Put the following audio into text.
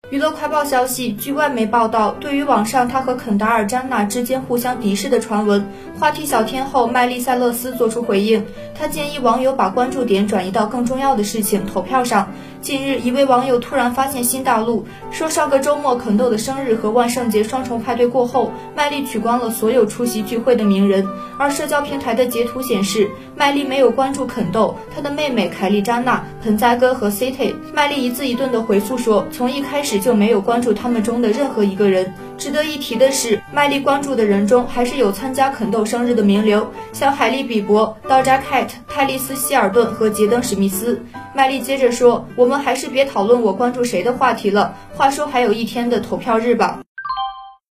娱乐快报消息，据外媒报道，对于网上他和肯达尔·詹娜之间互相敌视的传闻，话题小天后麦莉·塞勒斯做出回应，她建议网友把关注点转移到更重要的事情——投票上。近日，一位网友突然发现新大陆，说上个周末肯豆的生日和万圣节双重派对过后，麦莉取关了所有出席聚会的名人，而社交平台的截图显示，麦莉没有关注肯豆、她的妹妹凯莉·詹娜、盆栽哥和 City。麦莉一字一顿地回复说，从一开始就没有关注他们中的任何一个人。值得一提的是，麦莉关注的人中还是有参加肯豆生日的名流，像海莉·比伯、Doja Cat、泰利斯·希尔顿和杰登·史密斯。麦莉接着说，我们还是别讨论我关注谁的话题了，话说还有一天的投票日吧。